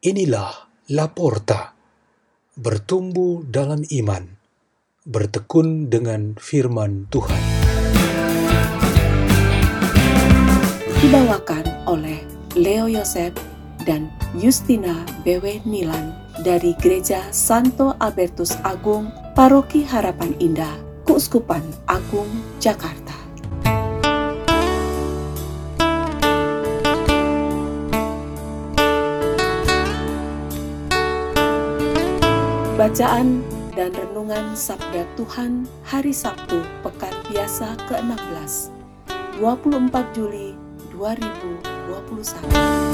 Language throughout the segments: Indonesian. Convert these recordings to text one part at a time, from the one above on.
Inilah Laporta, bertumbuh dalam iman, bertekun dengan firman Tuhan. Dibawakan oleh Leo Yosef dan Justina B.W. Nilan dari Gereja Santo Albertus Agung, Paroki Harapan Indah, Keuskupan Agung, Jakarta. Bacaan dan Renungan Sabda Tuhan Hari Sabtu Pekan Biasa ke-16, 24 Juli 2021.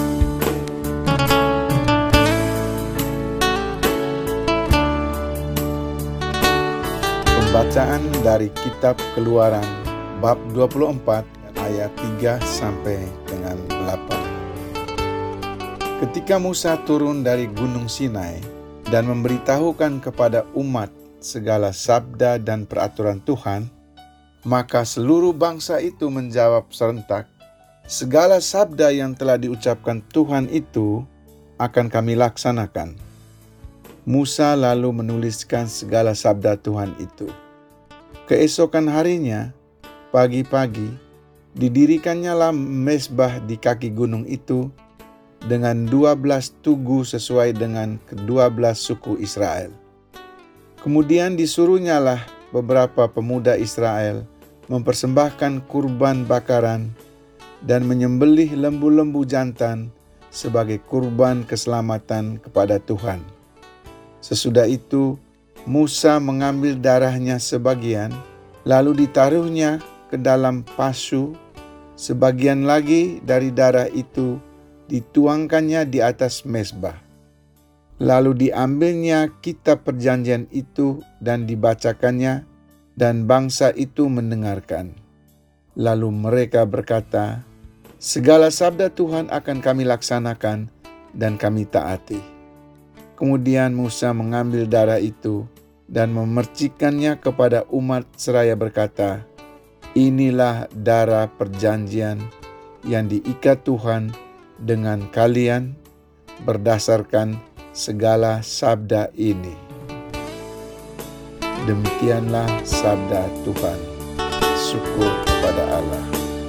Pembacaan dari Kitab Keluaran bab 24 ayat 3 sampai dengan 8. Ketika Musa turun dari Gunung Sinai dan memberitahukan kepada umat segala sabda dan peraturan Tuhan, maka seluruh bangsa itu menjawab serentak, "Segala sabda yang telah diucapkan Tuhan itu akan kami laksanakan." Musa lalu menuliskan segala sabda Tuhan itu. Keesokan harinya, pagi-pagi, didirikannya mezbah di kaki gunung itu dengan 12 tugu sesuai dengan ke-12 suku Israel. Kemudian disuruhnyalah beberapa pemuda Israel mempersembahkan kurban bakaran dan menyembelih lembu-lembu jantan sebagai kurban keselamatan kepada Tuhan. Sesudah itu, Musa mengambil darahnya sebagian, lalu ditaruhnya ke dalam pasu, sebagian lagi dari darah itu dituangkannya di atas mezbah. Lalu diambilnya kitab perjanjian itu dan dibacakannya, dan bangsa itu mendengarkan. Lalu mereka berkata, "Segala sabda Tuhan akan kami laksanakan dan kami taati." Kemudian Musa mengambil darah itu dan memercikkannya kepada umat seraya berkata, "Inilah darah perjanjian yang diikat Tuhan dengan kalian berdasarkan segala sabda ini." Demikianlah sabda Tuhan. Syukur kepada Allah.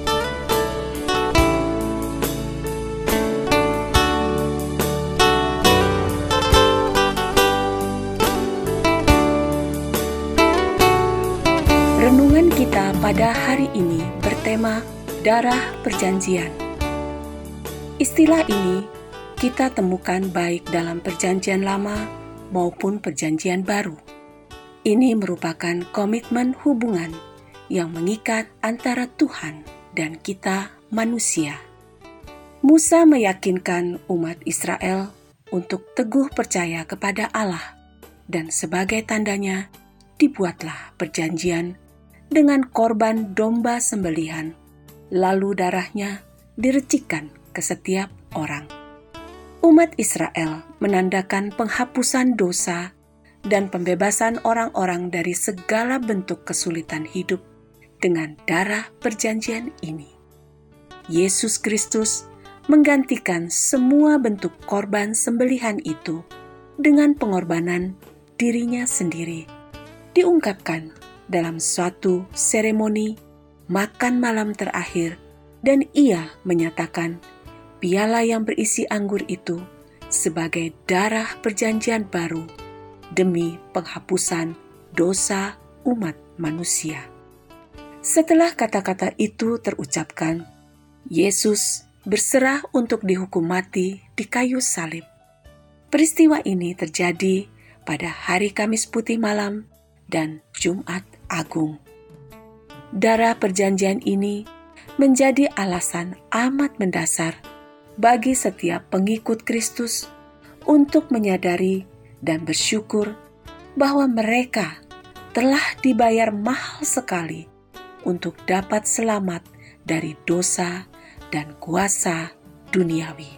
Renungan kita pada hari ini bertema Darah Perjanjian. Istilah ini kita temukan baik dalam Perjanjian Lama maupun Perjanjian Baru. Ini merupakan komitmen hubungan yang mengikat antara Tuhan dan kita manusia. Musa meyakinkan umat Israel untuk teguh percaya kepada Allah, dan sebagai tandanya dibuatlah perjanjian dengan korban domba sembelihan, lalu darahnya direcikkan ke setiap orang. Umat Israel menandakan penghapusan dosa dan pembebasan orang-orang dari segala bentuk kesulitan hidup dengan darah perjanjian ini. Yesus Kristus menggantikan semua bentuk korban sembelihan itu dengan pengorbanan dirinya sendiri. Diungkapkan dalam suatu seremoni makan malam terakhir, dan ia menyatakan piala yang berisi anggur itu sebagai darah perjanjian baru demi penghapusan dosa umat manusia. Setelah kata-kata itu terucapkan, Yesus berserah untuk dihukum mati di kayu salib. Peristiwa ini terjadi pada hari Kamis Putih malam dan Jumat Agung. Darah perjanjian ini menjadi alasan amat mendasar bagi setiap pengikut Kristus untuk menyadari dan bersyukur bahwa mereka telah dibayar mahal sekali untuk dapat selamat dari dosa dan kuasa duniawi.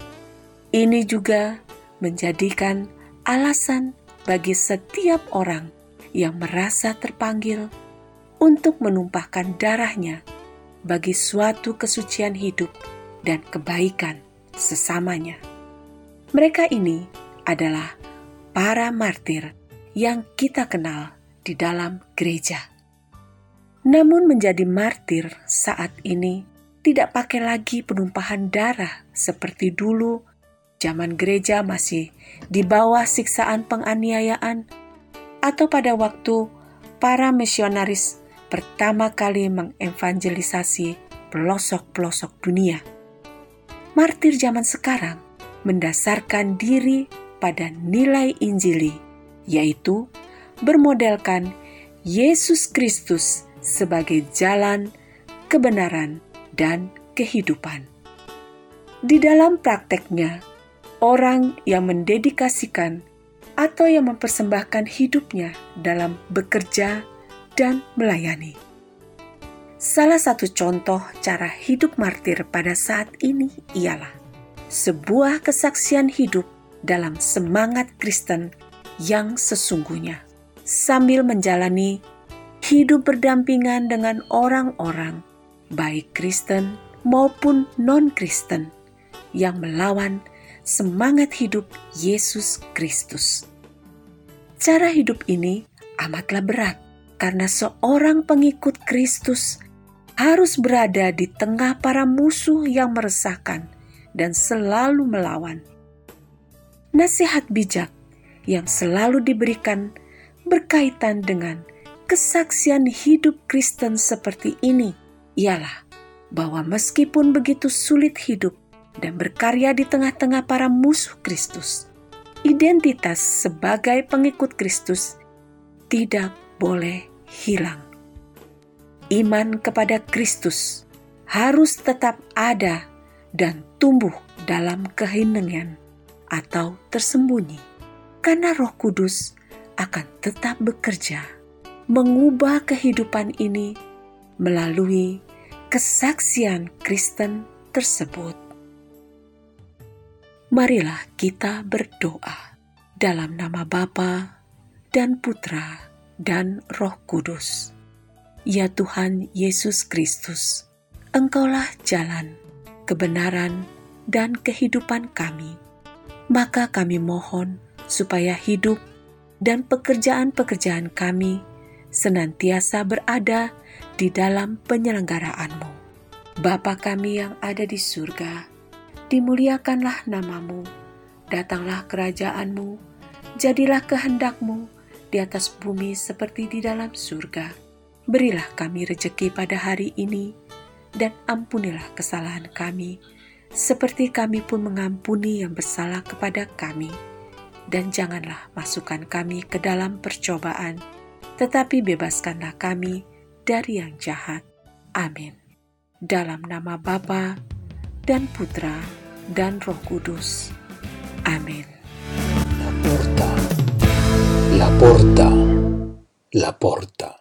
Ini juga menjadikan alasan bagi setiap orang yang merasa terpanggil untuk menumpahkan darahnya bagi suatu kesucian hidup dan kebaikan sesamanya. Mereka ini adalah para martir yang kita kenal di dalam gereja. Namun menjadi martir saat ini tidak pakai lagi penumpahan darah seperti dulu, zaman gereja masih di bawah siksaan penganiayaan, atau pada waktu para misionaris pertama kali mengevangelisasi pelosok-pelosok dunia. Martir zaman sekarang mendasarkan diri pada nilai Injili, yaitu bermodelkan Yesus Kristus sebagai jalan, kebenaran, dan kehidupan. Di dalam prakteknya, orang yang mendedikasikan atau yang mempersembahkan hidupnya dalam bekerja dan melayani. Salah satu contoh cara hidup martir pada saat ini ialah sebuah kesaksian hidup dalam semangat Kristen yang sesungguhnya, sambil menjalani hidup berdampingan dengan orang-orang, baik Kristen maupun non-Kristen, yang melawan semangat hidup Yesus Kristus. Cara hidup ini amatlah berat, karena seorang pengikut Kristus harus berada di tengah para musuh yang meresahkan dan selalu melawan. Nasihat bijak yang selalu diberikan berkaitan dengan kesaksian hidup Kristen seperti ini ialah bahwa meskipun begitu sulit hidup dan berkarya di tengah-tengah para musuh Kristus, identitas sebagai pengikut Kristus tidak boleh hilang. Iman kepada Kristus harus tetap ada dan tumbuh dalam keheningan atau tersembunyi, karena Roh Kudus akan tetap bekerja mengubah kehidupan ini melalui kesaksian Kristen tersebut. Marilah kita berdoa dalam nama Bapa dan Putra dan Roh Kudus. Ya Tuhan Yesus Kristus, Engkaulah jalan, kebenaran, dan kehidupan kami. Maka kami mohon supaya hidup dan pekerjaan-pekerjaan kami senantiasa berada di dalam penyelenggaraanmu. Bapa kami yang ada di surga, dimuliakanlah namamu, datanglah kerajaanmu, jadilah kehendakmu di atas bumi seperti di dalam surga. Berilah kami rejeki pada hari ini, dan ampunilah kesalahan kami, seperti kami pun mengampuni yang bersalah kepada kami. Dan janganlah masukkan kami ke dalam percobaan, tetapi bebaskanlah kami dari yang jahat. Amin. Dalam nama Bapa dan Putra dan Roh Kudus. Amin. La porta, la porta, la porta.